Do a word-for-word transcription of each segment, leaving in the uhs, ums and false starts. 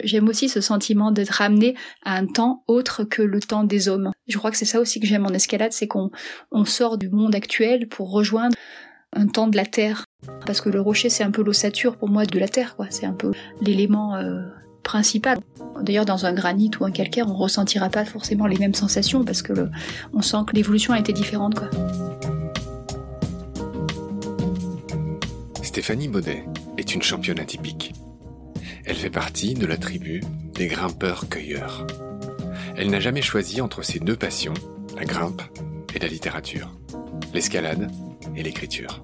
j'aime aussi ce sentiment d'être ramené à un temps autre que le temps des hommes. Je crois que c'est ça aussi que j'aime en escalade, c'est qu'on on sort du monde actuel pour rejoindre un temps de la Terre. Parce que le rocher, c'est un peu l'ossature pour moi de la Terre, quoi. C'est un peu l'élément euh, principal. D'ailleurs, dans un granit ou un calcaire, on ressentira pas forcément les mêmes sensations parce que le, on sent que l'évolution a été différente, quoi. Stéphanie Baudet est une championne atypique. Elle fait partie de la tribu des grimpeurs-cueilleurs. Elle n'a jamais choisi entre ses deux passions, la grimpe et la littérature, l'escalade et l'écriture.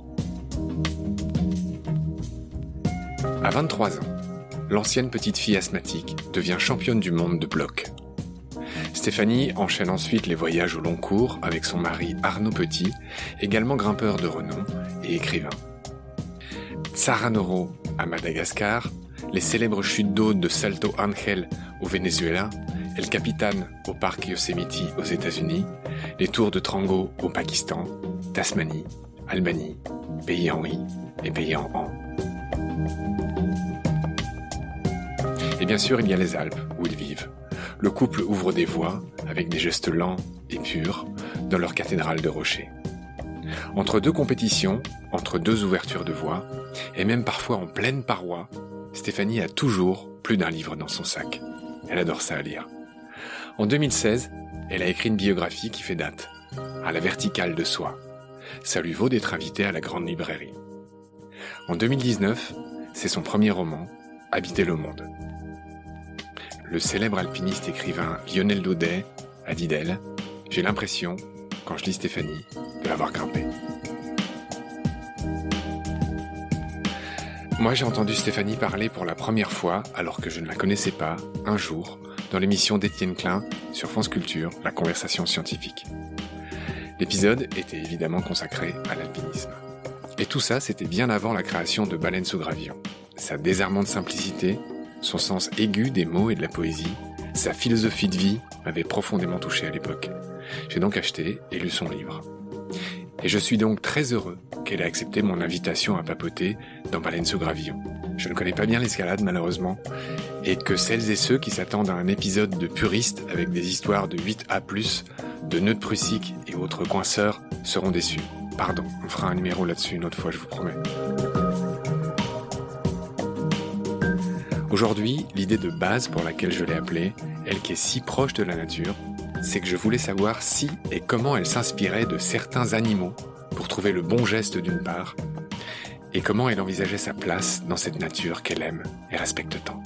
À vingt-trois ans, l'ancienne petite fille asthmatique devient championne du monde de bloc. Stéphanie enchaîne ensuite les voyages au long cours avec son mari Arnaud Petit, également grimpeur de renom et écrivain. Tsaranoro à Madagascar, les célèbres chutes d'eau de Salto Ángel au Venezuela, El Capitan au parc Yosemite aux États-Unis, les tours de Trango au Pakistan, Tasmanie, Albanie, pays en I et pays en An. Et bien sûr, il y a les Alpes où ils vivent. Le couple ouvre des voies avec des gestes lents et purs dans leur cathédrale de rochers. Entre deux compétitions, entre deux ouvertures de voies, et même parfois en pleine paroi, Stéphanie a toujours plus d'un livre dans son sac. Elle adore ça à lire. En deux mille seize, elle a écrit une biographie qui fait date, à la verticale de soi. Ça lui vaut d'être invitée à la grande librairie. En deux mille dix-neuf, c'est son premier roman, Habiter le monde. Le célèbre alpiniste écrivain Lionel Daudet a dit d'elle « J'ai l'impression, quand je lis Stéphanie, de l'avoir grimpée ». Moi, j'ai entendu Stéphanie parler pour la première fois, alors que je ne la connaissais pas, un jour, dans l'émission d'Étienne Klein sur France Culture, La Conversation Scientifique. L'épisode était évidemment consacré à l'alpinisme. Et tout ça, c'était bien avant la création de Baleine sous gravillon. Sa désarmante simplicité, son sens aigu des mots et de la poésie, sa philosophie de vie m'avaient profondément touché à l'époque. J'ai donc acheté et lu son livre. Et je suis donc très heureux qu'elle ait accepté mon invitation à papoter dans Baleine sous gravillon. Je ne connais pas bien l'escalade malheureusement, et que celles et ceux qui s'attendent à un épisode de puriste avec des histoires de huit A plus, de nœuds de prussiques et autres coinceurs seront déçus. Pardon, on fera un numéro là-dessus une autre fois, je vous promets. Aujourd'hui, l'idée de base pour laquelle je l'ai appelée, elle qui est si proche de la nature, c'est que je voulais savoir si et comment elle s'inspirait de certains animaux pour trouver le bon geste d'une part, et comment elle envisageait sa place dans cette nature qu'elle aime et respecte tant.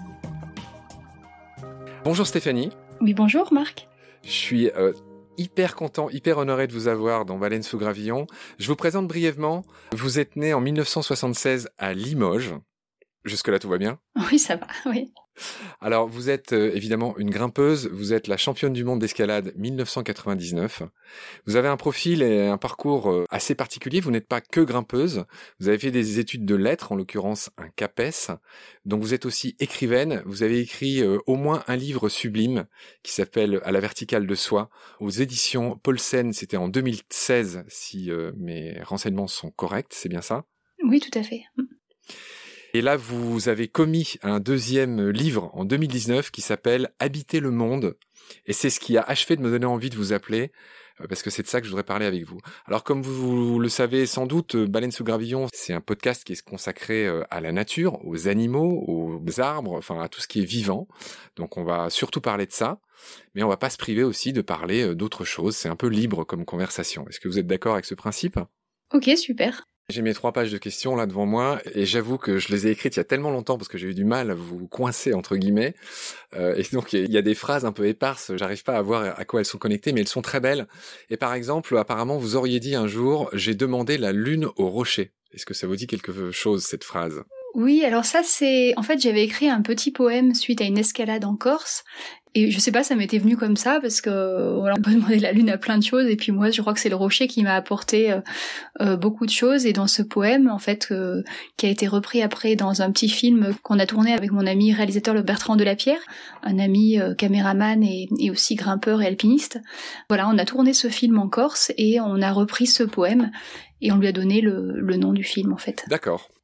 Bonjour Stéphanie. Oui, bonjour Marc. Je suis euh, hyper content, hyper honoré de vous avoir dans Baleine sous gravillon. Je vous présente brièvement. Vous êtes né en mille neuf cent soixante-seize à Limoges. Jusque-là, tout va bien ? Oui, ça va, oui. Alors, vous êtes euh, évidemment une grimpeuse, vous êtes la championne du monde d'escalade mille neuf cent quatre-vingt-dix-neuf. Vous avez un profil et un parcours euh, assez particulier, vous n'êtes pas que grimpeuse, vous avez fait des études de lettres, en l'occurrence un CAPES, donc vous êtes aussi écrivaine, vous avez écrit euh, au moins un livre sublime qui s'appelle « À la verticale de soi » aux éditions Paulsen, c'était en deux mille seize si euh, mes renseignements sont corrects, c'est bien ça ? Oui, tout à fait. Et là, vous avez commis un deuxième livre en deux mille dix-neuf qui s'appelle « Habiter le monde ». Et c'est ce qui a achevé de me donner envie de vous appeler, parce que c'est de ça que je voudrais parler avec vous. Alors, comme vous le savez sans doute, Baleine sous gravillon, c'est un podcast qui est consacré à la nature, aux animaux, aux arbres, enfin à tout ce qui est vivant. Donc, on va surtout parler de ça, mais on va pas se priver aussi de parler d'autres choses. C'est un peu libre comme conversation. Est-ce que vous êtes d'accord avec ce principe ? Ok, super. J'ai mes trois pages de questions là devant moi et j'avoue que je les ai écrites il y a tellement longtemps parce que j'ai eu du mal à vous coincer entre guillemets euh, et donc il y a des phrases un peu éparses, j'arrive pas à voir à quoi elles sont connectées mais elles sont très belles. Et par exemple, apparemment vous auriez dit un jour « J'ai demandé la lune au rocher ». Est-ce que ça vous dit quelque chose cette phrase ? Oui, alors ça c'est... En fait j'avais écrit un petit poème suite à une escalade en Corse. Et je sais pas, ça m'était venu comme ça, parce que voilà, on peut demander la lune à plein de choses, et puis moi je crois que c'est le rocher qui m'a apporté euh, euh, beaucoup de choses, et dans ce poème, en fait, euh, qui a été repris après dans un petit film qu'on a tourné avec mon ami réalisateur le Bertrand Delapierre, un ami euh, caméraman et, et aussi grimpeur et alpiniste. Voilà, on a tourné ce film en Corse, et on a repris ce poème, et on lui a donné le, le nom du film, en fait. D'accord.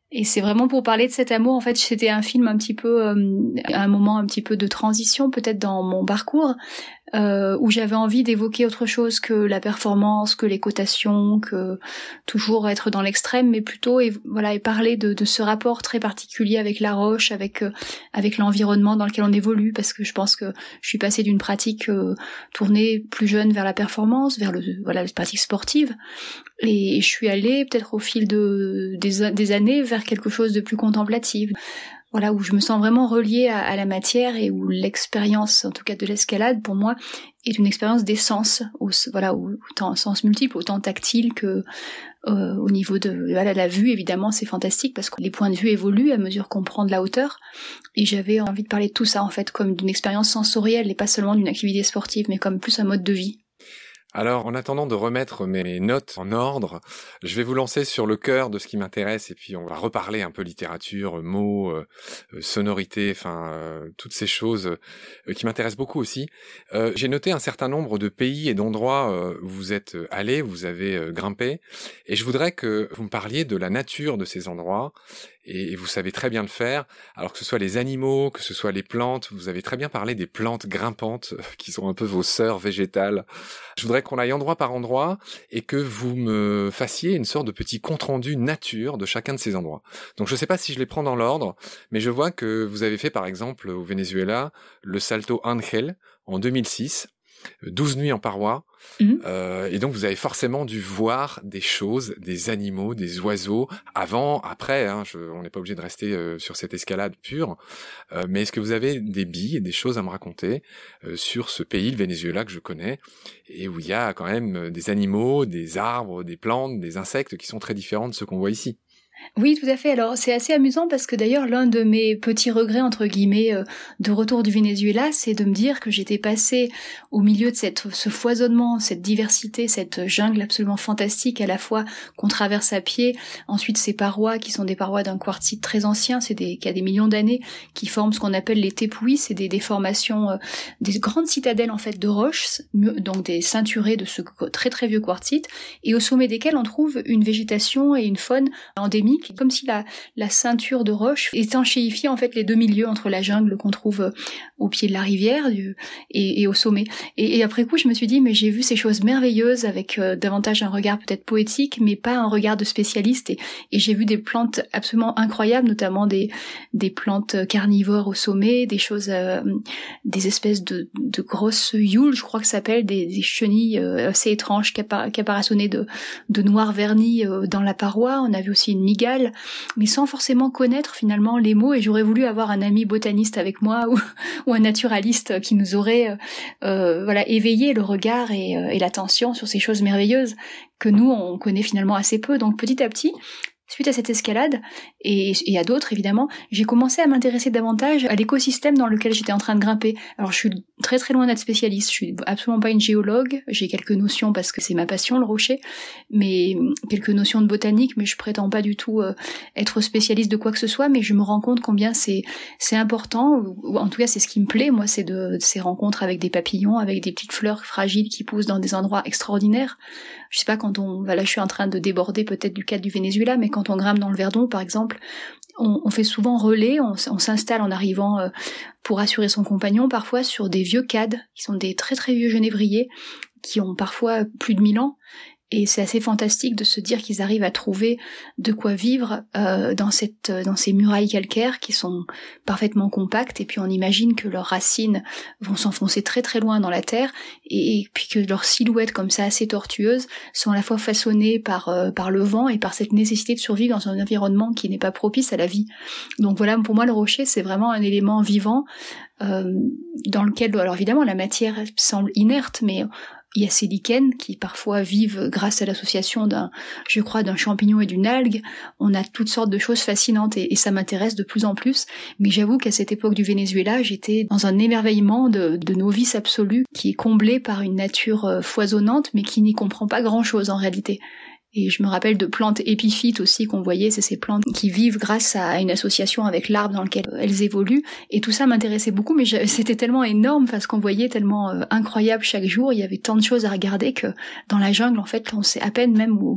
Et c'est vraiment pour parler de cet amour. En fait, c'était un film un petit peu, euh, un moment un petit peu de transition peut-être dans mon parcours, euh, où j'avais envie d'évoquer autre chose que la performance, que les cotations, que toujours être dans l'extrême, mais plutôt et voilà et parler de, de ce rapport très particulier avec la roche, avec euh, avec l'environnement dans lequel on évolue, parce que je pense que je suis passée d'une pratique euh, tournée plus jeune vers la performance, vers le voilà les pratiques sportives. Et je suis allée peut-être au fil de, des, des années vers quelque chose de plus contemplatif, voilà, où je me sens vraiment reliée à, à la matière et où l'expérience, en tout cas de l'escalade, pour moi, est une expérience des sens, au, voilà, autant sens multiples, autant tactile que euh, au niveau de voilà, la vue, évidemment, c'est fantastique parce que les points de vue évoluent à mesure qu'on prend de la hauteur. Et j'avais envie de parler de tout ça, en fait, comme d'une expérience sensorielle et pas seulement d'une activité sportive, mais comme plus un mode de vie. Alors, en attendant de remettre mes notes en ordre, je vais vous lancer sur le cœur de ce qui m'intéresse et puis on va reparler un peu littérature, mots, euh, sonorité, enfin, euh, toutes ces choses euh, qui m'intéressent beaucoup aussi. Euh, j'ai noté un certain nombre de pays et d'endroits euh, où vous êtes allés, où vous avez euh, grimpé, et je voudrais que vous me parliez de la nature de ces endroits, et, et vous savez très bien le faire, alors que ce soit les animaux, que ce soit les plantes, vous avez très bien parlé des plantes grimpantes, euh, qui sont un peu vos sœurs végétales. Je voudrais qu'on aille endroit par endroit et que vous me fassiez une sorte de petit compte-rendu nature de chacun de ces endroits. Donc je ne sais pas si je les prends dans l'ordre, mais je vois que vous avez fait par exemple au Venezuela le Salto Ángel en deux mille six, douze nuits en paroi, mmh. euh, et donc vous avez forcément dû voir des choses, des animaux, des oiseaux, avant, après, hein, je, on n'est pas obligé de rester euh, sur cette escalade pure, euh, mais est-ce que vous avez des billes et des choses à me raconter euh, sur ce pays, le Venezuela, que je connais, et où il y a quand même des animaux, des arbres, des plantes, des insectes qui sont très différents de ceux qu'on voit ici? Oui, tout à fait. Alors, c'est assez amusant parce que d'ailleurs, l'un de mes petits regrets, entre guillemets, euh, de retour du Venezuela, c'est de me dire que j'étais passée au milieu de cette, ce foisonnement, cette diversité, cette jungle absolument fantastique à la fois qu'on traverse à pied, ensuite ces parois qui sont des parois d'un quartzite très ancien, c'est des, qui a des millions d'années, qui forment ce qu'on appelle les tepuis, c'est des, des formations, euh, des grandes citadelles en fait de roches, donc des ceinturées de ce très très vieux quartzite, et au sommet desquelles on trouve une végétation et une faune endémique, comme si la, la ceinture de roche étanchéifiait en fait les deux milieux entre la jungle qu'on trouve au pied de la rivière du, et, et au sommet. Et, et après coup, je me suis dit, mais j'ai vu ces choses merveilleuses avec euh, davantage un regard peut-être poétique, mais pas un regard de spécialiste. Et, et j'ai vu des plantes absolument incroyables, notamment des, des plantes carnivores au sommet, des choses, euh, des espèces de, de grosses youles, je crois que ça s'appelle, des, des chenilles euh, assez étranges caparaçonnées de, de noir verni euh, dans la paroi. On a vu aussi une mygale, mais sans forcément connaître finalement les mots, et j'aurais voulu avoir un ami botaniste avec moi ou, ou un naturaliste qui nous aurait euh, voilà éveillé le regard et, euh, et l'attention sur ces choses merveilleuses que nous on connaît finalement assez peu. Donc petit à petit, suite à cette escalade, et, et à d'autres évidemment, j'ai commencé à m'intéresser davantage à l'écosystème dans lequel j'étais en train de grimper. Alors je suis très très loin d'être spécialiste, je suis absolument pas une géologue, j'ai quelques notions parce que c'est ma passion le rocher, mais quelques notions de botanique, mais je prétends pas du tout euh, être spécialiste de quoi que ce soit, mais je me rends compte combien c'est c'est important, ou en tout cas c'est ce qui me plaît, moi, c'est de, de ces rencontres avec des papillons, avec des petites fleurs fragiles qui poussent dans des endroits extraordinaires. Je sais pas, quand on, voilà, je suis en train de déborder peut-être du cadre du Venezuela, mais quand on grimpe dans le Verdon, par exemple, on, on fait souvent relais, on, on s'installe en arrivant euh, pour assurer son compagnon, parfois sur des vieux cades, qui sont des très très vieux genévriers, qui ont parfois plus de mille ans, et c'est assez fantastique de se dire qu'ils arrivent à trouver de quoi vivre euh, dans cette dans ces murailles calcaires qui sont parfaitement compactes, et puis on imagine que leurs racines vont s'enfoncer très très loin dans la terre, et, et puis que leurs silhouettes comme ça assez tortueuses sont à la fois façonnées par euh, par le vent et par cette nécessité de survivre dans un environnement qui n'est pas propice à la vie. Donc voilà, pour moi le rocher c'est vraiment un élément vivant euh, dans lequel, alors évidemment la matière semble inerte, mais il y a ces lichens qui parfois vivent grâce à l'association d'un, je crois, d'un champignon et d'une algue. On a toutes sortes de choses fascinantes et, et ça m'intéresse de plus en plus. Mais j'avoue qu'à cette époque du Venezuela, j'étais dans un émerveillement de, de novice absolu qui est comblé par une nature foisonnante mais qui n'y comprend pas grand-chose en réalité. Et je me rappelle de plantes épiphytes aussi qu'on voyait, c'est ces plantes qui vivent grâce à une association avec l'arbre dans lequel elles évoluent. Et tout ça m'intéressait beaucoup, mais c'était tellement énorme parce qu'on voyait tellement euh, incroyable chaque jour. Il y avait tant de choses à regarder que dans la jungle, en fait, on sait à peine même où,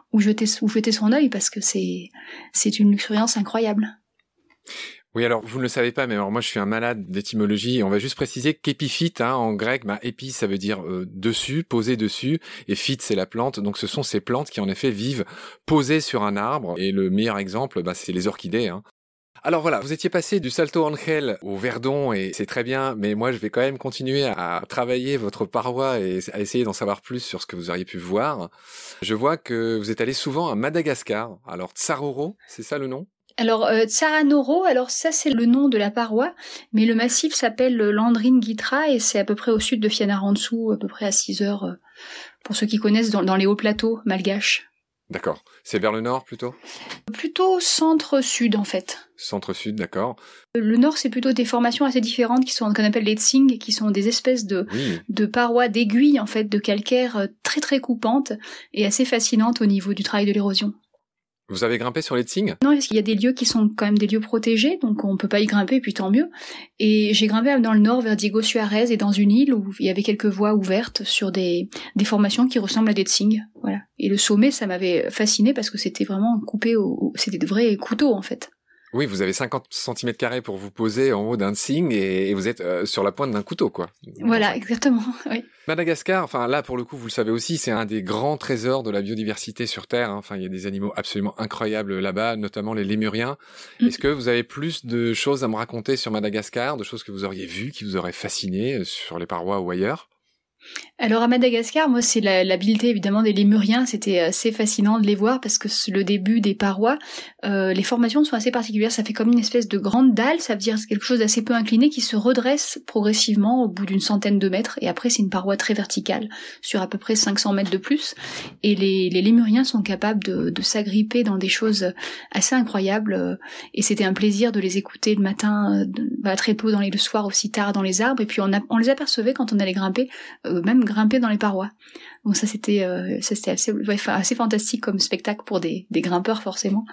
ou jeter ou jeter son œil parce que c'est c'est une luxuriance incroyable. Oui, alors vous ne le savez pas, mais alors moi je suis un malade d'étymologie. On va juste préciser qu'épiphyte, hein, en grec, bah, épi ça veut dire euh, dessus, posé dessus, et phyte c'est la plante. Donc ce sont ces plantes qui en effet vivent posées sur un arbre. Et le meilleur exemple, bah, c'est les orchidées. Hein. Alors voilà, vous étiez passé du Salto Ángel au Verdon et c'est très bien, mais moi je vais quand même continuer à travailler votre paroi et à essayer d'en savoir plus sur ce que vous auriez pu voir. Je vois que vous êtes allé souvent à Madagascar. Alors Tsaroro, c'est ça le nom ? Alors, euh, Tsaranoro, alors ça c'est le nom de la paroi, mais le massif s'appelle Landrin-Gytra et c'est à peu près au sud de Fianarantsoa, à peu près à six heures, euh, pour ceux qui connaissent, dans, dans les hauts plateaux malgaches. D'accord. C'est vers le nord plutôt ? Plutôt centre-sud en fait. Centre-sud, d'accord. Le nord, c'est plutôt des formations assez différentes qui sont qu'on appelle les tsing, qui sont des espèces de, oui. de parois d'aiguilles en fait, de calcaire très très coupantes et assez fascinantes au niveau du travail de l'érosion. Vous avez grimpé sur les tsing ? Non, parce qu'il y a des lieux qui sont quand même des lieux protégés, donc on peut pas y grimper, puis tant mieux. Et j'ai grimpé dans le nord vers Diego Suarez et dans une île où il y avait quelques voies ouvertes sur des, des formations qui ressemblent à des tsing. Voilà. Et le sommet, ça m'avait fasciné parce que c'était vraiment coupé au, c'était de vrais couteaux en fait. Oui, vous avez cinquante centimètres carrés pour vous poser en haut d'un tsing et, et vous êtes euh, sur la pointe d'un couteau, quoi. Voilà, enfin. exactement, oui. Madagascar, enfin là, pour le coup, vous le savez aussi, c'est un des grands trésors de la biodiversité sur Terre. Hein. Enfin, il y a des animaux absolument incroyables là-bas, notamment les lémuriens. Mm. Est-ce que vous avez plus de choses à me raconter sur Madagascar, de choses que vous auriez vues, qui vous auraient fasciné sur les parois ou ailleurs ? Alors à Madagascar, moi c'est la, l'habileté évidemment des lémuriens, c'était assez fascinant de les voir parce que le début des parois, euh, les formations sont assez particulières, ça fait comme une espèce de grande dalle, ça veut dire quelque chose d'assez peu incliné qui se redresse progressivement au bout d'une centaine de mètres et après c'est une paroi très verticale sur à peu près cinq cents mètres de plus et les, les lémuriens sont capables de, de s'agripper dans des choses assez incroyables et c'était un plaisir de les écouter le matin, de, bah, très tôt dans les, le soir aussi tard dans les arbres et puis on, a, on les apercevait quand on allait grimper euh, même grimper dans les parois. Donc ça c'était euh, ça c'était assez ouais, assez fantastique comme spectacle pour des des grimpeurs forcément.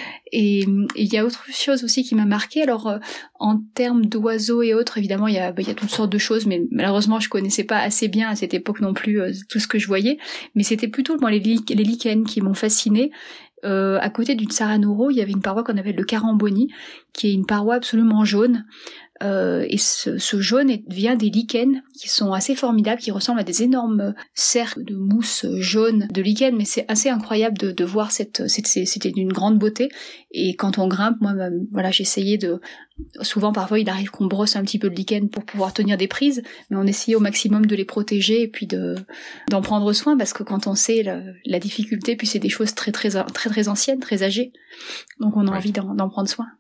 Et il y a autre chose aussi qui m'a marqué. Alors euh, en termes d'oiseaux et autres, évidemment il y a bah, il y a toutes sortes de choses, mais malheureusement je connaissais pas assez bien à cette époque non plus euh, tout ce que je voyais. Mais c'était plutôt bon, les lich- les lichens qui m'ont fascinée. Euh, à côté du Tsaranoro, il y avait une paroi qu'on appelle le Karamboni, qui est une paroi absolument jaune. Euh, et ce, ce jaune vient des lichens qui sont assez formidables, qui ressemblent à des énormes cercles de mousse jaune de lichen, mais c'est assez incroyable de, de voir cette, cette, c'était d'une grande beauté. Et quand on grimpe, moi, voilà, j'essayais de, souvent parfois il arrive qu'on brosse un petit peu de lichen pour pouvoir tenir des prises, mais on essayait au maximum de les protéger et puis de, d'en prendre soin parce que quand on sait la, la difficulté, puis c'est des choses très très très très anciennes, très âgées, donc on a ouais. envie d'en, d'en prendre soin.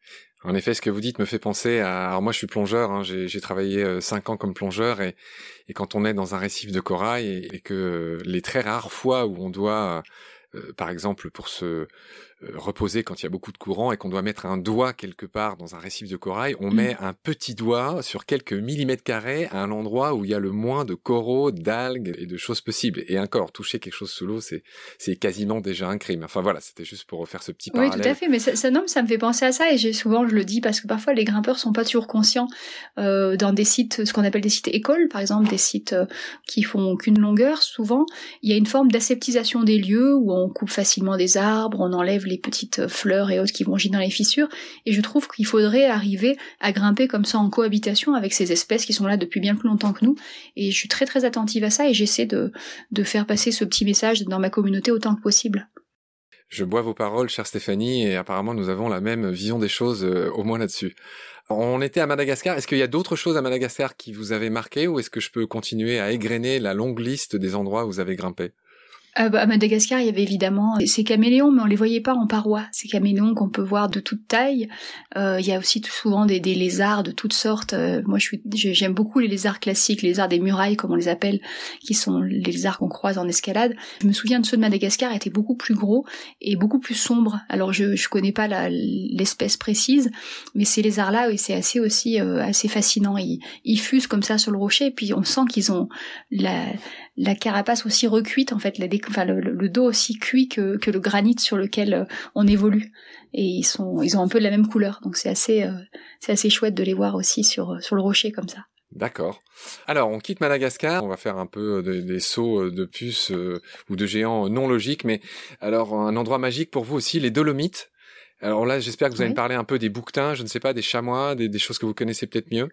En effet, ce que vous dites me fait penser à... Alors moi, je suis plongeur, hein, j'ai, j'ai travaillé euh, cinq ans comme plongeur, et, et quand on est dans un récif de corail, et, et que euh, les très rares fois où on doit, euh, par exemple, pour se euh, reposer quand il y a beaucoup de courant, et qu'on doit mettre un doigt quelque part dans un récif de corail, on mmh. met un petit doigt sur quelques millimètres carrés à un endroit où il y a le moins de coraux, d'algues et de choses possibles. Et encore, toucher quelque chose sous l'eau, c'est, c'est quasiment déjà un crime. Enfin voilà, c'était juste pour refaire ce petit parallèle. Oui, tout à fait, mais ça, ça, non, ça me fait penser à ça, et j'ai, souvent je le dis parce que parfois les grimpeurs sont pas toujours conscients euh, dans des sites, ce qu'on appelle des sites écoles, par exemple, des sites euh, qui font qu'une longueur, souvent, il y a une forme d'aseptisation des lieux où on coupe facilement des arbres, on enlève les petites fleurs et autres qui vont gîter dans les fissures, et je trouve qu'il faudrait arriver à grimper comme ça en cohabitation avec ces espèces qui sont là depuis bien plus longtemps que nous, et je suis très très attentive à ça, et j'essaie de, de faire passer ce petit message dans ma communauté autant que possible. Je bois vos paroles, chère Stéphanie, et apparemment nous avons la même vision des choses, euh, au moins là-dessus. On était à Madagascar, est-ce qu'il y a d'autres choses à Madagascar qui vous avaient marqué, ou est-ce que je peux continuer à égrener la longue liste des endroits où vous avez grimpé ? Euh, bah, à Madagascar, il y avait évidemment ces caméléons, mais on les voyait pas en paroi. Ces caméléons qu'on peut voir de toute taille. Euh, il y a aussi tout souvent des, des lézards de toutes sortes. Euh, moi, je suis, j'aime beaucoup les lézards classiques, les lézards des murailles, comme on les appelle, qui sont les lézards qu'on croise en escalade. Je me souviens de ceux de Madagascar, étaient beaucoup plus gros et beaucoup plus sombres. Alors, je je connais pas la, l'espèce précise, mais ces lézards-là, oui, c'est assez aussi euh, assez fascinant. Ils, ils fusent comme ça sur le rocher, et puis on sent qu'ils ont la la carapace aussi recuite, en fait, la, enfin, le, le dos aussi cuit que, que le granit sur lequel on évolue. Et ils sont, ils ont un peu de la même couleur. Donc c'est assez, euh, c'est assez chouette de les voir aussi sur, sur le rocher comme ça. D'accord. Alors, on quitte Madagascar, on va faire un peu de, des sauts de puces euh, ou de géants non logiques, mais alors un endroit magique pour vous aussi, les Dolomites. Alors là, j'espère que vous allez Oui. me parler un peu des bouquetins, je ne sais pas, des chamois, des, des choses que vous connaissez peut-être mieux.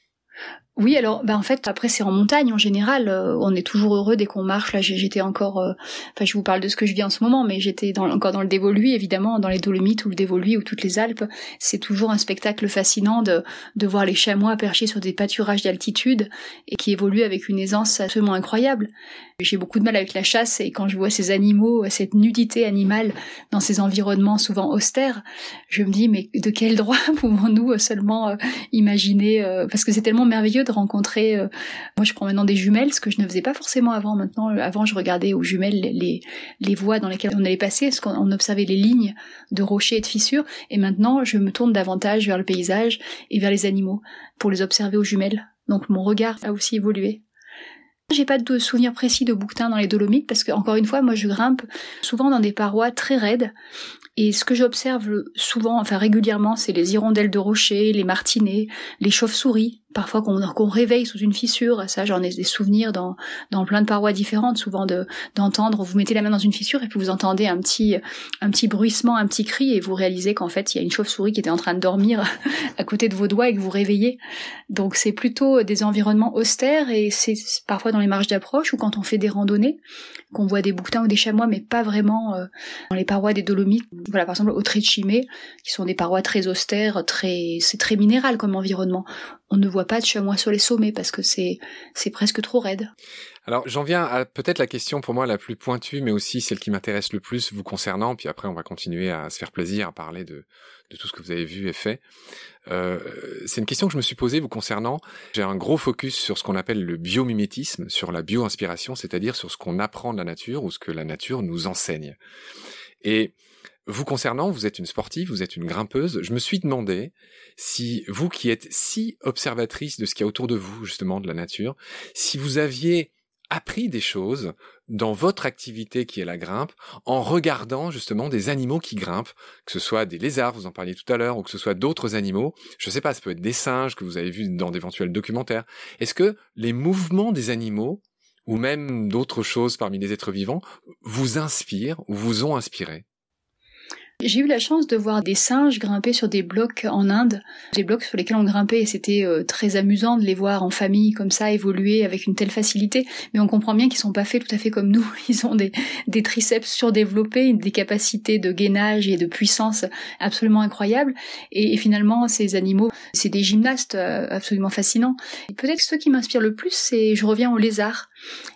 Oui, alors, bah en fait, après c'est en montagne en général. Euh, on est toujours heureux dès qu'on marche. Là, j'étais encore, euh, enfin, je vous parle de ce que je vis en ce moment, mais j'étais dans, encore dans le Dévoluy, évidemment, dans les Dolomites ou le Dévoluy ou toutes les Alpes. C'est toujours un spectacle fascinant de de voir les chamois perchés sur des pâturages d'altitude et qui évoluent avec une aisance absolument incroyable. J'ai beaucoup de mal avec la chasse et quand je vois ces animaux, cette nudité animale dans ces environnements souvent austères, je me dis mais de quel droit pouvons-nous seulement euh, imaginer euh, parce que c'est tellement merveilleux de rencontrer. Euh, moi, je prends maintenant des jumelles, ce que je ne faisais pas forcément avant. Maintenant, euh, avant, je regardais aux jumelles les, les les voies dans lesquelles on allait passer, parce qu'on observait les lignes de rochers et de fissures. Et maintenant, je me tourne davantage vers le paysage et vers les animaux pour les observer aux jumelles. Donc, mon regard a aussi évolué. J'ai pas de souvenir précis de bouquetins dans les Dolomites parce que, encore une fois, moi, je grimpe souvent dans des parois très raides. Et ce que j'observe souvent, enfin régulièrement, c'est les hirondelles de rocher, les martinets, les chauves-souris, parfois qu'on, qu'on réveille sous une fissure. Ça, j'en ai des souvenirs dans, dans plein de parois différentes, souvent de, d'entendre, vous mettez la main dans une fissure et puis vous entendez un petit, un petit bruissement, un petit cri et vous réalisez qu'en fait, il y a une chauve-souris qui était en train de dormir à côté de vos doigts et que vous réveillez. Donc c'est plutôt des environnements austères et c'est parfois dans les marges d'approche ou quand on fait des randonnées, qu'on voit des bouquetins ou des chamois, mais pas vraiment euh, dans les parois des Dolomites. Voilà, par exemple, au Tréchimé, qui sont des parois très austères, très, c'est très minéral comme environnement. On ne voit pas de chamois sur les sommets parce que c'est, c'est presque trop raide. Alors, j'en viens à peut-être la question pour moi la plus pointue, mais aussi celle qui m'intéresse le plus vous concernant, puis après on va continuer à se faire plaisir, à parler de, de tout ce que vous avez vu et fait. Euh, c'est une question que je me suis posée vous concernant. J'ai un gros focus sur ce qu'on appelle le biomimétisme, sur la bio-inspiration, c'est-à-dire sur ce qu'on apprend de la nature ou ce que la nature nous enseigne. Et vous concernant, vous êtes une sportive, vous êtes une grimpeuse. Je me suis demandé si vous qui êtes si observatrice de ce qu'il y a autour de vous, justement, de la nature, si vous aviez appris des choses dans votre activité qui est la grimpe, en regardant justement des animaux qui grimpent, que ce soit des lézards, vous en parliez tout à l'heure, ou que ce soit d'autres animaux. Je sais pas, ça peut être des singes que vous avez vus dans d'éventuels documentaires. Est-ce que les mouvements des animaux, ou même d'autres choses parmi les êtres vivants, vous inspirent ou vous ont inspiré ? J'ai eu la chance de voir des singes grimper sur des blocs en Inde, des blocs sur lesquels on grimpait et c'était euh, très amusant de les voir en famille comme ça évoluer avec une telle facilité, mais on comprend bien qu'ils sont pas faits tout à fait comme nous, ils ont des, des triceps surdéveloppés, des capacités de gainage et de puissance absolument incroyables et, et finalement ces animaux, c'est des gymnastes euh, absolument fascinants. Et peut-être que ceux qui m'inspirent le plus, c'est, je reviens aux lézards.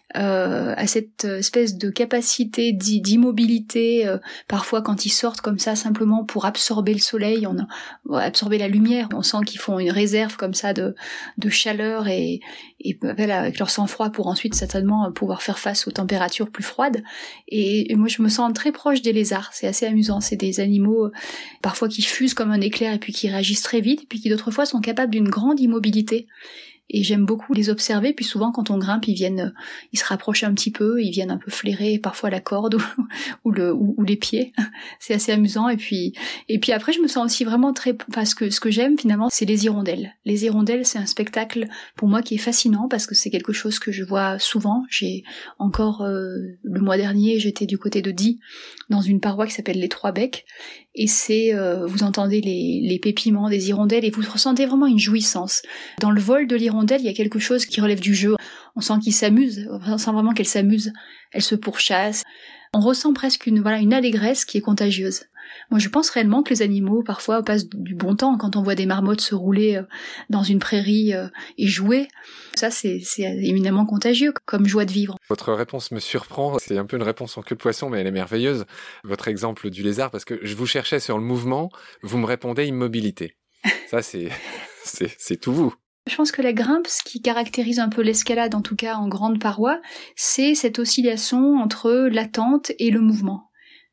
Euh, à cette espèce de capacité d'immobilité, euh, parfois quand ils sortent comme ça simplement pour absorber le soleil, on a, ouais, absorber la lumière, on sent qu'ils font une réserve comme ça de, de chaleur et, et avec leur sang-froid pour ensuite certainement pouvoir faire face aux températures plus froides. Et, et moi je me sens très proche des lézards, c'est assez amusant, c'est des animaux parfois qui fusent comme un éclair et puis qui réagissent très vite et puis qui d'autres fois sont capables d'une grande immobilité. Et j'aime beaucoup les observer, puis souvent quand on grimpe, ils viennent, ils se rapprochent un petit peu, ils viennent un peu flairer parfois la corde ou, ou le ou, ou les pieds. C'est assez amusant. Et puis et puis après, je me sens aussi vraiment très, enfin ce que ce que j'aime finalement, c'est les hirondelles. Les hirondelles, c'est un spectacle pour moi qui est fascinant parce que c'est quelque chose que je vois souvent. J'ai encore euh, le mois dernier, j'étais du côté de Die, dans une paroi qui s'appelle les Trois Becs. Et c'est, euh, vous entendez les, les pépiments des hirondelles et vous ressentez vraiment une jouissance. Dans le vol de l'hirondelle, il y a quelque chose qui relève du jeu. On sent qu'ils s'amusent, on sent vraiment qu'elle s'amuse. Elle se pourchasse. On ressent presque une, voilà, une allégresse qui est contagieuse. Moi, je pense réellement que les animaux, parfois, passent du bon temps quand on voit des marmottes se rouler dans une prairie et jouer. Ça, c'est, c'est éminemment contagieux, comme joie de vivre. Votre réponse me surprend. C'est un peu une réponse en queue de poisson, mais elle est merveilleuse. Votre exemple du lézard, parce que je vous cherchais sur le mouvement, vous me répondez immobilité. Ça, c'est, c'est, c'est tout vous. Je pense que la grimpe, ce qui caractérise un peu l'escalade, en tout cas en grande paroi, c'est cette oscillation entre l'attente et le mouvement.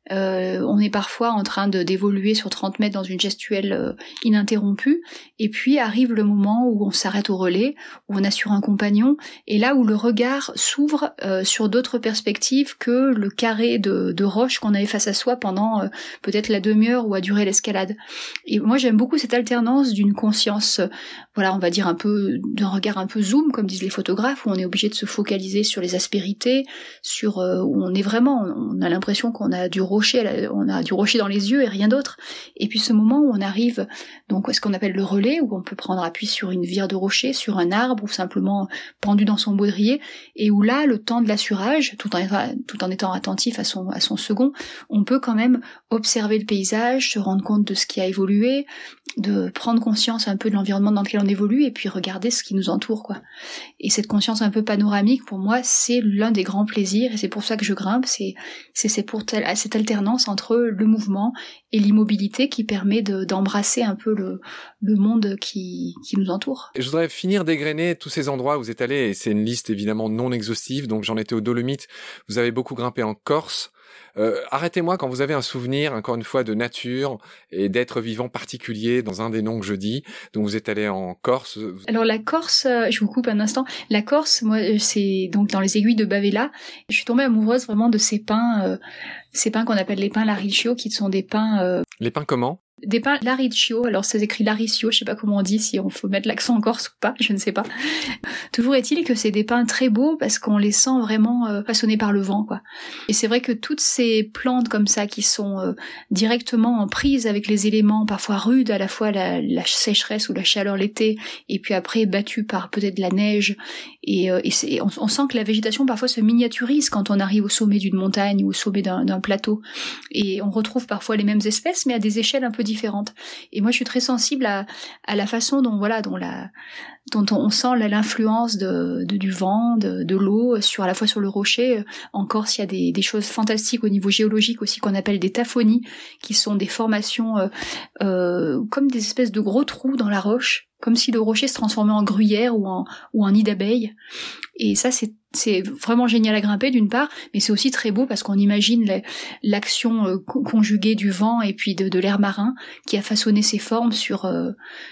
Euh, on est parfois en train de, d'évoluer sur trente mètres dans une gestuelle euh, ininterrompue, et puis arrive le moment où on s'arrête au relais, où on assure un compagnon, et là où le regard s'ouvre euh, sur d'autres perspectives que le carré de, de roche qu'on avait face à soi pendant euh, peut-être la demi-heure où a duré l'escalade. Et moi j'aime beaucoup cette alternance d'une conscience, euh, voilà, on va dire un peu, d'un regard un peu zoom, comme disent les photographes, où on est obligé de se focaliser sur les aspérités, sur euh, où on est vraiment, on a l'impression qu'on a du rocher, on a du rocher dans les yeux et rien d'autre. Et puis ce moment où on arrive, donc ce qu'on appelle le relais, où on peut prendre appui sur une vire de rocher, sur un arbre, ou simplement pendu dans son baudrier, et où là, le temps de l'assurage, tout en, tout en étant attentif à son, à son second, on peut quand même observer le paysage, se rendre compte de ce qui a évolué, de prendre conscience un peu de l'environnement dans lequel on évolue, et puis regarder ce qui nous entoure, quoi. Et cette conscience un peu panoramique, pour moi, c'est l'un des grands plaisirs, et c'est pour ça que je grimpe, c'est, c'est, c'est pour tel, cette alternance entre le mouvement et l'immobilité qui permet de, d'embrasser un peu le, le monde qui, qui nous entoure. Et je voudrais finir d'égrener tous ces endroits où vous êtes allés, et c'est une liste évidemment non exhaustive, donc j'en étais aux Dolomites, vous avez beaucoup grimpé en Corse. Euh, arrêtez-moi quand vous avez un souvenir, encore une fois, de nature et d'être vivant particulier dans un des noms que je dis. Donc vous êtes allé en Corse. Alors la Corse, euh, je vous coupe un instant. La Corse, moi, c'est donc dans les aiguilles de Bavella. Je suis tombée amoureuse vraiment de ces pins, euh, ces pins qu'on appelle les pins Laricchio, qui sont des pins. Euh... Les pins comment ? Des pins Laricchio, alors ça s'écrit Laricchio, je sais pas comment on dit, si on faut mettre l'accent en corse ou pas, je ne sais pas. Toujours est-il que c'est des pins très beaux parce qu'on les sent vraiment euh, façonnés par le vent, quoi. Et c'est vrai que toutes ces plantes comme ça qui sont euh, directement en prise avec les éléments parfois rudes, à la fois la, la sécheresse ou la chaleur l'été, et puis après battues par peut-être de la neige, et, euh, et c'est, on, on sent que la végétation parfois se miniaturise quand on arrive au sommet d'une montagne ou au sommet d'un, d'un plateau, et on retrouve parfois les mêmes espèces mais à des échelles un peu différentes. Et moi je suis très sensible à, à la façon dont voilà dont la dont on sent l'influence de, de du vent, de, de l'eau sur à la fois sur le rocher. En Corse, il y a des, des choses fantastiques au niveau géologique aussi qu'on appelle des taphonies, qui sont des formations euh, euh, comme des espèces de gros trous dans la roche, comme si le rocher se transformait en gruyère ou en ou en nid d'abeilles. Et ça c'est c'est vraiment génial à grimper d'une part, mais c'est aussi très beau parce qu'on imagine la, l'action euh, conjuguée du vent et puis de, de l'air marin qui a façonné ces formes sur euh,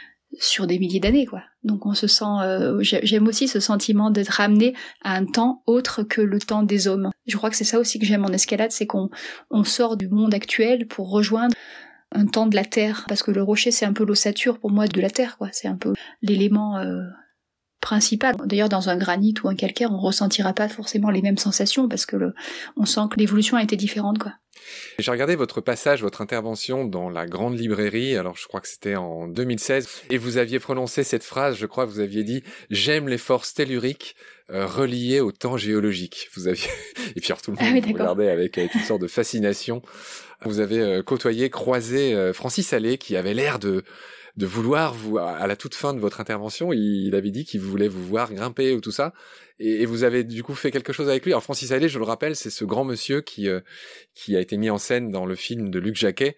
sur des milliers d'années, quoi. Donc on se sent, euh, j'aime aussi ce sentiment d'être ramené à un temps autre que le temps des hommes. Je crois que c'est ça aussi que j'aime en escalade, c'est qu'on on sort du monde actuel pour rejoindre un temps de la terre, parce que le rocher c'est un peu l'ossature pour moi de la terre, quoi. C'est un peu l'élément euh, principal. D'ailleurs, dans un granit ou un calcaire, on ressentira pas forcément les mêmes sensations parce que le, on sent que l'évolution a été différente, quoi. J'ai regardé votre passage, votre intervention dans la grande librairie, alors je crois que c'était en deux mille seize, et vous aviez prononcé cette phrase, je crois que vous aviez dit « J'aime les forces telluriques euh, reliées au temps géologique ». Vous aviez et puis alors tout le monde ah oui, vous regardait avec, avec une sorte de fascination. Vous avez euh, côtoyé, croisé euh, Francis Allais, qui avait l'air de de vouloir vous, à la toute fin de votre intervention, il, il avait dit qu'il voulait vous voir grimper ou tout ça, et, et vous avez du coup fait quelque chose avec lui. Alors Francis Allais, je le rappelle, c'est ce grand monsieur qui euh, qui a été mis en scène dans le film de Luc Jacquet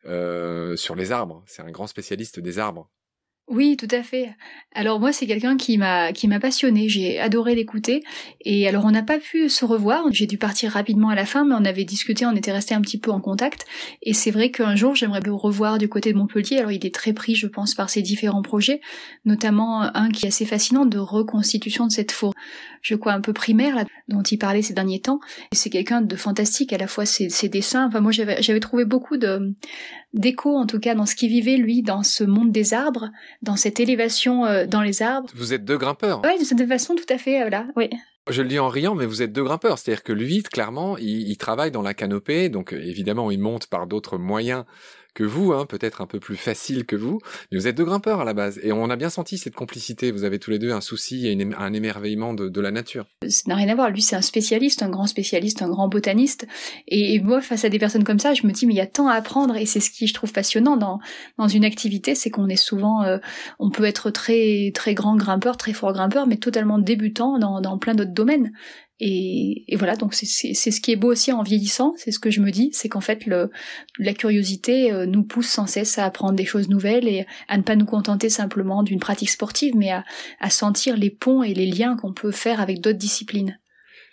euh, sur les arbres. C'est un grand spécialiste des arbres. Oui, tout à fait. Alors moi, c'est quelqu'un qui m'a qui m'a passionnée. J'ai adoré l'écouter. Et alors, on n'a pas pu se revoir. J'ai dû partir rapidement à la fin, mais on avait discuté, on était resté un petit peu en contact. Et c'est vrai qu'un jour, j'aimerais le revoir du côté de Montpellier. Alors, il est très pris, je pense, par ses différents projets, notamment un qui est assez fascinant de reconstitution de cette forêt, je crois un peu primaire, là, dont il parlait ces derniers temps. Et c'est quelqu'un de fantastique, à la fois ses, ses dessins. Enfin, moi, j'avais j'avais trouvé beaucoup de d'écho, en tout cas, dans ce qu'il vivait, lui, dans ce monde des arbres, dans cette élévation euh, dans les arbres. Vous êtes deux grimpeurs. Oui, de cette façon, tout à fait, euh, là, oui. Je le dis en riant, mais vous êtes deux grimpeurs. C'est-à-dire que lui, clairement, il, il travaille dans la canopée, donc évidemment, il monte par d'autres moyens que vous, hein, peut-être un peu plus facile que vous, mais vous êtes deux grimpeurs à la base. Et on a bien senti cette complicité. Vous avez tous les deux un souci et une, un émerveillement de, de la nature. Ça n'a rien à voir. Lui, c'est un spécialiste, un grand spécialiste, un grand botaniste. Et, et moi, face à des personnes comme ça, je me dis, mais il y a tant à apprendre. Et c'est ce qui, je trouve, passionnant dans, dans une activité, c'est qu'on est souvent, euh, on peut être très, très grand grimpeur, très fort grimpeur, mais totalement débutant dans, dans plein d'autres domaines. Et, et voilà, donc c'est, c'est, c'est ce qui est beau aussi en vieillissant, c'est ce que je me dis, c'est qu'en fait le, la curiosité euh, nous pousse sans cesse à apprendre des choses nouvelles et à ne pas nous contenter simplement d'une pratique sportive, mais à, à sentir les ponts et les liens qu'on peut faire avec d'autres disciplines.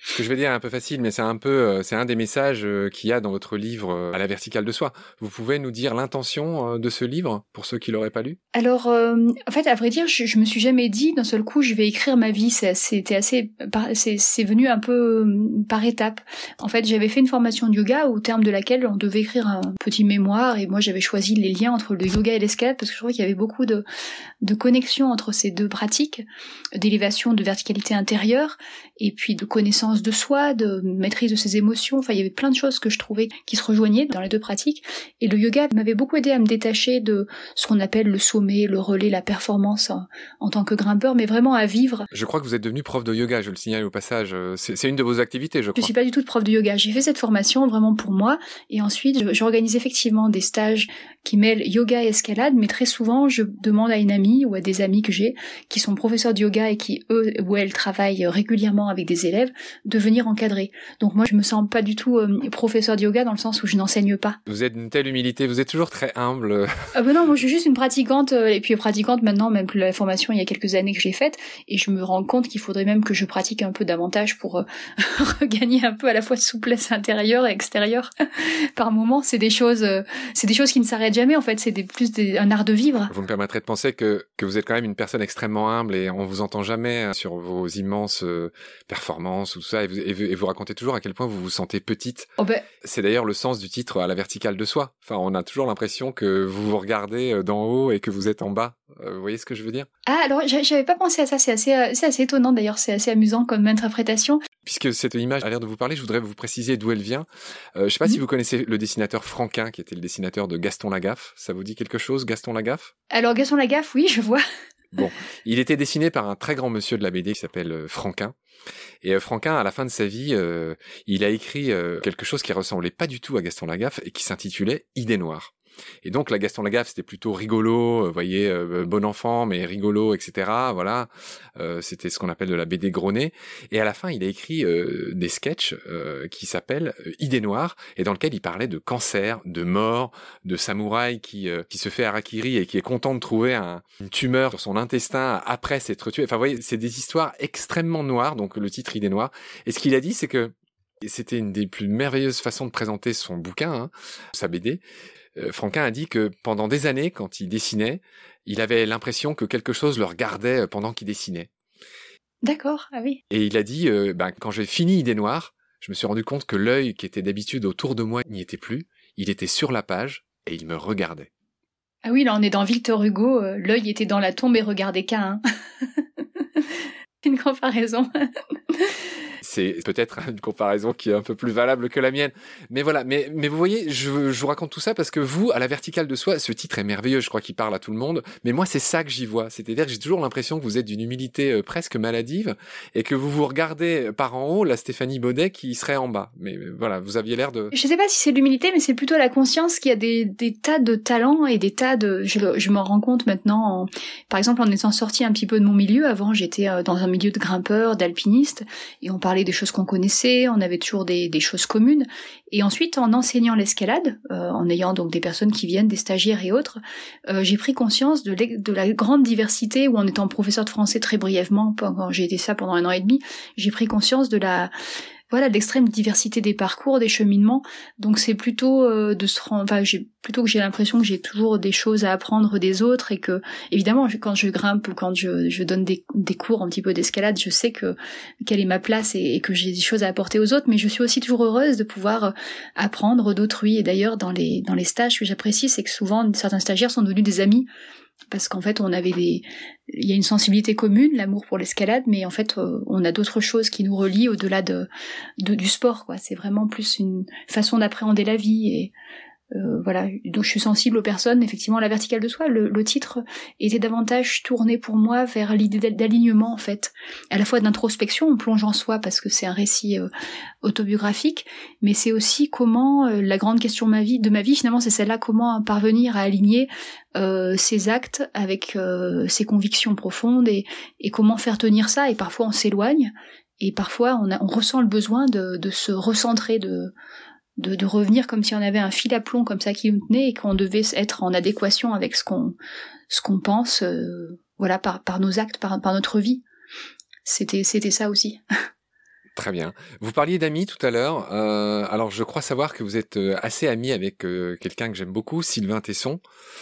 Ce que je vais dire est un peu facile, mais c'est un peu, euh, c'est un des messages euh, qu'il y a dans votre livre euh, À la verticale de soi. Vous pouvez nous dire l'intention euh, de ce livre pour ceux qui l'auraient pas lu? Alors, euh, en fait, à vrai dire, je, je me suis jamais dit d'un seul coup, je vais écrire ma vie. C'est, c'était assez, c'est, c'est venu un peu euh, par étapes. En fait, j'avais fait une formation de yoga au terme de laquelle on devait écrire un petit mémoire, et moi, j'avais choisi les liens entre le yoga et l'escalade parce que je trouvais qu'il y avait beaucoup de, de connexions entre ces deux pratiques, d'élévation, de verticalité intérieure, et puis de connaissance de soi, de maîtrise de ses émotions. Enfin, il y avait plein de choses que je trouvais qui se rejoignaient dans les deux pratiques. Et le yoga m'avait beaucoup aidé à me détacher de ce qu'on appelle le sommet, le relais, la performance en, en tant que grimpeur, mais vraiment à vivre. Je crois que vous êtes devenu prof de yoga, je le signale au passage. C'est, c'est une de vos activités, je crois. Je suis pas du tout prof de yoga. J'ai fait cette formation vraiment pour moi. Et ensuite, j'organise effectivement des stages qui mêlent yoga et escalade, mais très souvent, je demande à une amie ou à des amis que j'ai qui sont professeurs de yoga et qui, eux ou elles, travaillent régulièrement avec des élèves, de venir encadrer. Donc moi, je me sens pas du tout euh, professeur de yoga dans le sens où je n'enseigne pas. Vous êtes d'une telle humilité, vous êtes toujours très humble. Ah ben non, moi je suis juste une pratiquante, euh, et puis pratiquante maintenant, même que la formation il y a quelques années que je l'ai faite, et je me rends compte qu'il faudrait même que je pratique un peu davantage pour euh, regagner un peu à la fois de souplesse intérieure et extérieure. Par moments, c'est des choses, euh, c'est des choses qui ne s'arrêtent jamais en fait, c'est des, plus des, un art de vivre. Vous me permettrez de penser que, que vous êtes quand même une personne extrêmement humble et on vous entend jamais sur vos immenses euh, performances ou tout ça, et vous, et, vous, et vous racontez toujours à quel point vous vous sentez petite. Oh ben... C'est d'ailleurs le sens du titre À la verticale de soi. Enfin, on a toujours l'impression que vous vous regardez d'en haut et que vous êtes en bas. Euh, vous voyez ce que je veux dire? Ah, alors j'avais pas pensé à ça, c'est assez, c'est assez étonnant d'ailleurs, c'est assez amusant comme interprétation. Puisque cette image a l'air de vous parler, je voudrais vous préciser d'où elle vient. Euh, je sais pas mmh. si vous connaissez le dessinateur Franquin, qui était le dessinateur de Gaston Lagaffe. Ça vous dit quelque chose, Gaston Lagaffe? Alors Gaston Lagaffe, oui, je vois. Bon, il était dessiné par un très grand monsieur de la B D qui s'appelle euh, Franquin. Et euh, Franquin, à la fin de sa vie, euh, il a écrit euh, quelque chose qui ressemblait pas du tout à Gaston Lagaffe et qui s'intitulait Idées noires. Et donc, la Gaston Lagaffe, c'était plutôt rigolo, vous voyez, euh, bon enfant, mais rigolo, et cetera. Voilà, euh, c'était ce qu'on appelle de la B D gros nez. Et à la fin, il a écrit euh, des sketchs euh, qui s'appellent euh, Idées noires, et dans lequel il parlait de cancer, de mort, de samouraï qui euh, qui se fait harakiri et qui est content de trouver un, une tumeur sur son intestin après s'être tué. Enfin, vous voyez, c'est des histoires extrêmement noires, donc le titre Idées noires. Et ce qu'il a dit, c'est que et c'était une des plus merveilleuses façons de présenter son bouquin, hein, sa B D. Euh, Franquin a dit que pendant des années, quand il dessinait, il avait l'impression que quelque chose le regardait pendant qu'il dessinait. D'accord, ah oui. Et il a dit, euh, ben, quand j'ai fini Idées noires, je me suis rendu compte que l'œil qui était d'habitude autour de moi n'y était plus, il était sur la page et il me regardait. Ah oui, là on est dans Victor Hugo, euh, l'œil était dans la tombe et regardait qu'un. Hein. Une comparaison. C'est peut-être une comparaison qui est un peu plus valable que la mienne. Mais voilà, mais, mais vous voyez, je, je vous raconte tout ça parce que vous, À la verticale de soi, ce titre est merveilleux, je crois qu'il parle à tout le monde, mais moi c'est ça que j'y vois. C'est-à-dire que j'ai toujours l'impression que vous êtes d'une humilité euh, presque maladive et que vous vous regardez par en haut la Stéphanie Baudet qui serait en bas. Mais euh, voilà, vous aviez l'air de... Je sais pas si c'est de l'humilité, mais c'est plutôt la conscience qu'il y a des, des tas de talents et des tas de... Je, je m'en rends compte maintenant, en... par exemple en étant sortie un petit peu de mon milieu. Avant j'étais euh, dans un milieu de grimpeurs, d'alpinistes, et on parlait des choses qu'on connaissait, on avait toujours des, des choses communes. Et ensuite, en enseignant l'escalade, euh, en ayant donc des personnes qui viennent, des stagiaires et autres, euh, j'ai pris conscience de, de la grande diversité, ou en étant professeur de français très brièvement, quand j'ai été ça pendant un an et demi, j'ai pris conscience de la... Voilà, l'extrême diversité des parcours, des cheminements. Donc c'est plutôt euh, de se rendre, enfin j'ai plutôt que j'ai l'impression que j'ai toujours des choses à apprendre des autres et que évidemment je, quand je grimpe ou quand je, je donne des, des cours un petit peu d'escalade, je sais que quelle est ma place et, et que j'ai des choses à apporter aux autres. Mais je suis aussi toujours heureuse de pouvoir apprendre d'autrui. Et d'ailleurs dans les dans les stages, ce que j'apprécie, c'est que souvent certains stagiaires sont devenus des amis. Parce qu'en fait, on avait des, il y a une sensibilité commune, l'amour pour l'escalade, mais en fait, euh, on a d'autres choses qui nous relient au-delà de, de du sport, quoi. C'est vraiment plus une façon d'appréhender la vie et euh, voilà. Donc, je suis sensible aux personnes. Effectivement, La verticale de soi, le, le titre était davantage tourné pour moi vers l'idée d'alignement, en fait, à la fois d'introspection, on plonge en soi parce que c'est un récit euh, autobiographique, mais c'est aussi comment euh, la grande question de ma vie, de ma vie, finalement, c'est celle-là, comment parvenir à aligner Euh, ses actes avec euh, ses convictions profondes et, et comment faire tenir ça. Et parfois on s'éloigne et parfois on, a, on ressent le besoin de, de se recentrer, de, de, de revenir comme si on avait un fil à plomb comme ça qui nous tenait et qu'on devait être en adéquation avec ce qu'on, ce qu'on pense, euh, voilà, par, par nos actes, par, par notre vie. C'était, c'était ça aussi. Très bien. Vous parliez d'amis tout à l'heure. Euh, alors, je crois savoir que vous êtes assez ami avec euh, quelqu'un que j'aime beaucoup, Sylvain Tesson.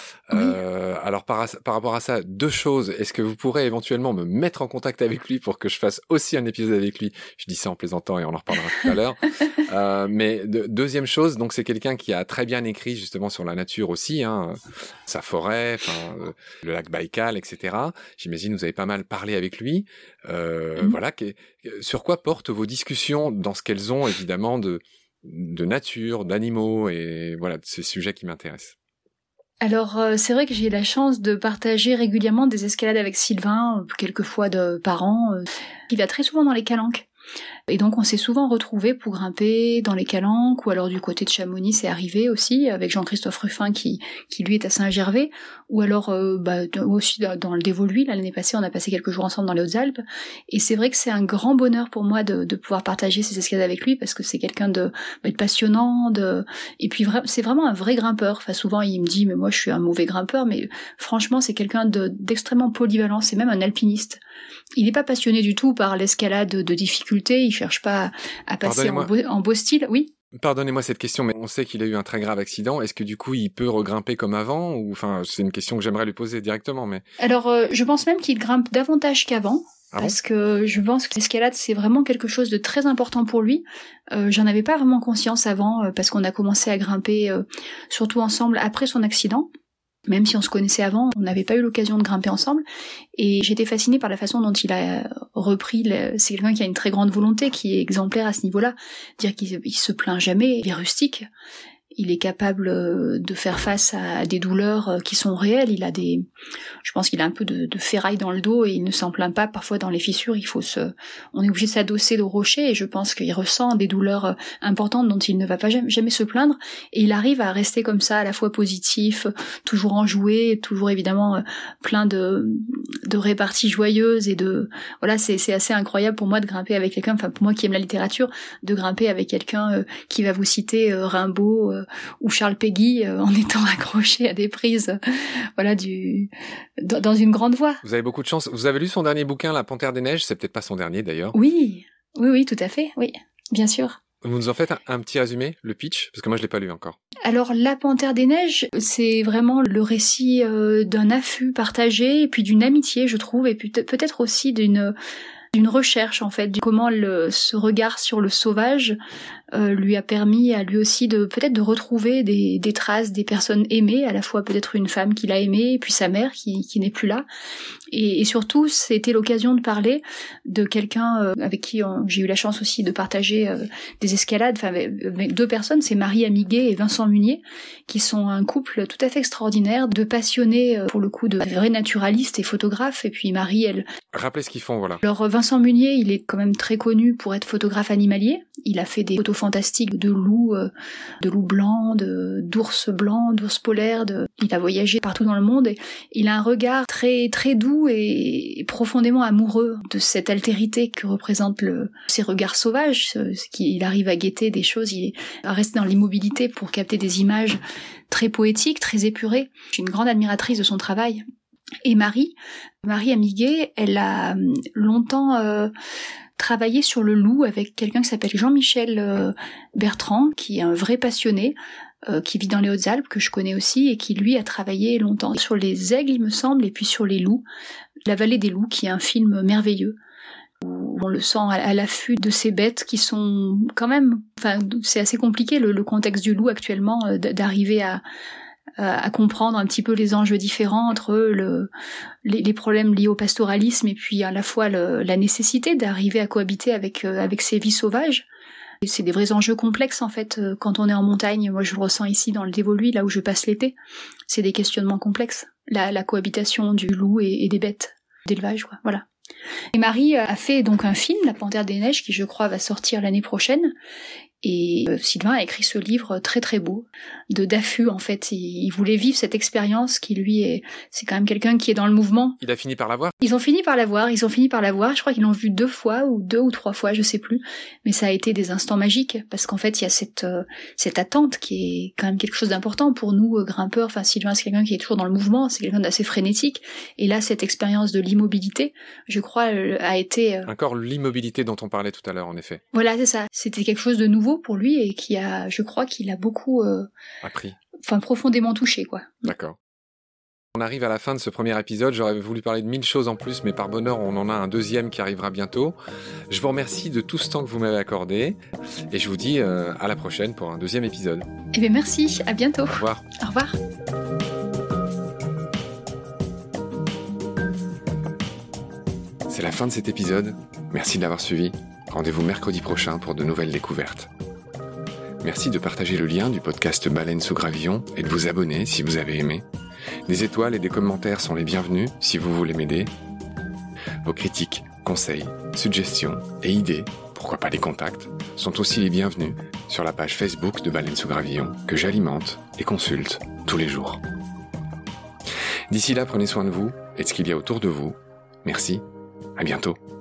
Euh, oui. Alors, par, par rapport à ça, deux choses. Est-ce que vous pourrez éventuellement me mettre en contact avec lui pour que je fasse aussi un épisode avec lui? Je dis ça en plaisantant et on en reparlera tout à l'heure. euh, mais de, deuxième chose, donc c'est quelqu'un qui a très bien écrit justement sur la nature aussi, hein, sa forêt, enfin, euh, le lac Baïkal, et cetera. J'imagine que vous avez pas mal parlé avec lui. Euh, mmh. Voilà. Qu- sur quoi portent vos discussions dans ce qu'elles ont évidemment de, de nature, d'animaux et voilà, de ces sujets qui m'intéressent? Alors euh, c'est vrai que j'ai la chance de partager régulièrement des escalades avec Sylvain, euh, quelques fois de, par an. Euh. Il va très souvent dans les calanques. Et donc on s'est souvent retrouvés pour grimper dans les calanques, ou alors du côté de Chamonix c'est arrivé aussi, avec Jean-Christophe Ruffin qui, qui lui est à Saint-Gervais, ou alors euh, bah, aussi dans le Dévoluy. L'année passée on a passé quelques jours ensemble dans les Hautes-Alpes, et c'est vrai que c'est un grand bonheur pour moi de, de pouvoir partager ces escalades avec lui, parce que c'est quelqu'un de, bah, de passionnant, de... et puis vra- c'est vraiment un vrai grimpeur. Enfin souvent il me dit mais moi je suis un mauvais grimpeur, mais franchement c'est quelqu'un de, d'extrêmement polyvalent, c'est même un alpiniste. Il n'est pas passionné du tout par l'escalade de difficulté, il cherche pas à passer en beau, en beau style, oui. Pardonnez-moi cette question, mais on sait qu'il a eu un très grave accident. Est-ce que du coup, il peut regrimper comme avant, ou enfin, c'est une question que j'aimerais lui poser directement, mais. Alors, euh, je pense même qu'il grimpe davantage qu'avant. Ah parce bon que je pense que l'escalade, c'est vraiment quelque chose de très important pour lui. Euh, j'en avais pas vraiment conscience avant, euh, parce qu'on a commencé à grimper, euh, surtout ensemble après son accident. Même si on se connaissait avant, on n'avait pas eu l'occasion de grimper ensemble. Et j'étais fascinée par la façon dont il a repris. Le... C'est quelqu'un qui a une très grande volonté, qui est exemplaire à ce niveau-là. Dire qu'il il se plaint jamais, il est rustique. Il est capable de faire face à des douleurs qui sont réelles. Il a des, je pense qu'il a un peu de, de ferraille dans le dos et il ne s'en plaint pas. Parfois dans les fissures, il faut se, on est obligé de s'adosser au rocher et je pense qu'il ressent des douleurs importantes dont il ne va pas jamais, jamais se plaindre. Et il arrive à rester comme ça, à la fois positif, toujours enjoué, toujours évidemment plein de, de réparties joyeuses et de, voilà, c'est, c'est assez incroyable pour moi de grimper avec quelqu'un. Enfin pour moi qui aime la littérature, de grimper avec quelqu'un qui va vous citer Rimbaud. Ou Charles Péguy euh, en étant accroché à des prises, euh, voilà, du dans, dans une grande voie. Vous avez beaucoup de chance. Vous avez lu son dernier bouquin, La Panthère des Neiges. C'est peut-être pas son dernier d'ailleurs. Oui, oui, oui, tout à fait, oui, bien sûr. Vous nous en faites un, un petit résumé, le pitch, parce que moi je l'ai pas lu encore. Alors La Panthère des Neiges, c'est vraiment le récit euh, d'un affût partagé et puis d'une amitié, je trouve, et puis peut-être aussi d'une d'une recherche en fait, du comment le, ce regard sur le sauvage euh, lui a permis à lui aussi de peut-être de retrouver des, des traces des personnes aimées, à la fois peut-être une femme qu'il a aimée et puis sa mère qui, qui n'est plus là. Et, et surtout, c'était l'occasion de parler de quelqu'un euh, avec qui on, j'ai eu la chance aussi de partager euh, des escalades. Enfin, avec deux personnes, c'est Marie Amiguet et Vincent Munier, qui sont un couple tout à fait extraordinaire, de passionnés euh, pour le coup de vrais naturalistes et photographes. Et puis Marie, elle... Rappelez ce qu'ils font, voilà. Alors Vincent Munier, il est quand même très connu pour être photographe animalier. Il a fait des photos fantastiques de loups, euh, de loups blancs, de, d'ours blancs, d'ours polaires. De... Il a voyagé partout dans le monde et il a un regard très très doux et profondément amoureux de cette altérité que représentent le, ces regards sauvages. Ce, ce qu'il arrive à guetter des choses, il reste dans l'immobilité pour capter des images très poétiques, très épurées. Je suis une grande admiratrice de son travail. Et Marie, Marie Amiguet, elle a longtemps euh, travaillé sur le loup avec quelqu'un qui s'appelle Jean-Michel euh, Bertrand, qui est un vrai passionné, euh, qui vit dans les Hautes-Alpes, que je connais aussi, et qui lui a travaillé longtemps sur les aigles, il me semble, et puis sur les loups. La Vallée des loups, qui est un film merveilleux, où on le sent à, à l'affût de ces bêtes qui sont quand même... Enfin, c'est assez compliqué, le, le contexte du loup actuellement, euh, d'arriver à... à comprendre un petit peu les enjeux différents entre le, les, les problèmes liés au pastoralisme et puis à la fois le, la nécessité d'arriver à cohabiter avec, euh, avec ces vies sauvages. Et c'est des vrais enjeux complexes en fait euh, quand on est en montagne. Moi je le ressens ici dans le Dévoluy, là où je passe l'été. C'est des questionnements complexes. La, la cohabitation du loup et, et des bêtes d'élevage, quoi. Voilà. Et Marie a fait donc un film, La Panthère des Neiges, qui je crois va sortir l'année prochaine. Et euh, Sylvain a écrit ce livre très très beau, de d'affût en fait. Il, il voulait vivre cette expérience qui lui est... C'est quand même quelqu'un qui est dans le mouvement. Il a fini par la voir ? Ils ont fini par la voir, ils ont fini par la voir. Je crois qu'ils l'ont vu deux fois, ou deux ou trois fois, je sais plus. Mais ça a été des instants magiques, parce qu'en fait, il y a cette, euh, cette attente qui est quand même quelque chose d'important pour nous, euh, grimpeurs. Enfin, Sylvain, c'est quelqu'un qui est toujours dans le mouvement, c'est quelqu'un d'assez frénétique. Et là, cette expérience de l'immobilité, je crois, euh, a été... Euh... Encore l'immobilité dont on parlait tout à l'heure, en effet. Voilà, c'est ça. C'était quelque chose de nouveau pour lui et qui a, je crois qu'il a beaucoup... Euh... appris. Enfin, profondément touché, quoi. D'accord. On arrive à la fin de ce premier épisode, j'aurais voulu parler de mille choses en plus, mais par bonheur, on en a un deuxième qui arrivera bientôt. Je vous remercie de tout ce temps que vous m'avez accordé, et je vous dis euh, à la prochaine pour un deuxième épisode. Eh bien merci, à bientôt. Au revoir. Au revoir. C'est la fin de cet épisode, merci de l'avoir suivi. Rendez-vous mercredi prochain pour de nouvelles découvertes. Merci de partager le lien du podcast Baleine sous gravillon et de vous abonner si vous avez aimé. Des étoiles et des commentaires sont les bienvenus si vous voulez m'aider. Vos critiques, conseils, suggestions et idées, pourquoi pas des contacts, sont aussi les bienvenus sur la page Facebook de Baleine sous gravillon que j'alimente et consulte tous les jours. D'ici là, prenez soin de vous et de ce qu'il y a autour de vous. Merci, à bientôt.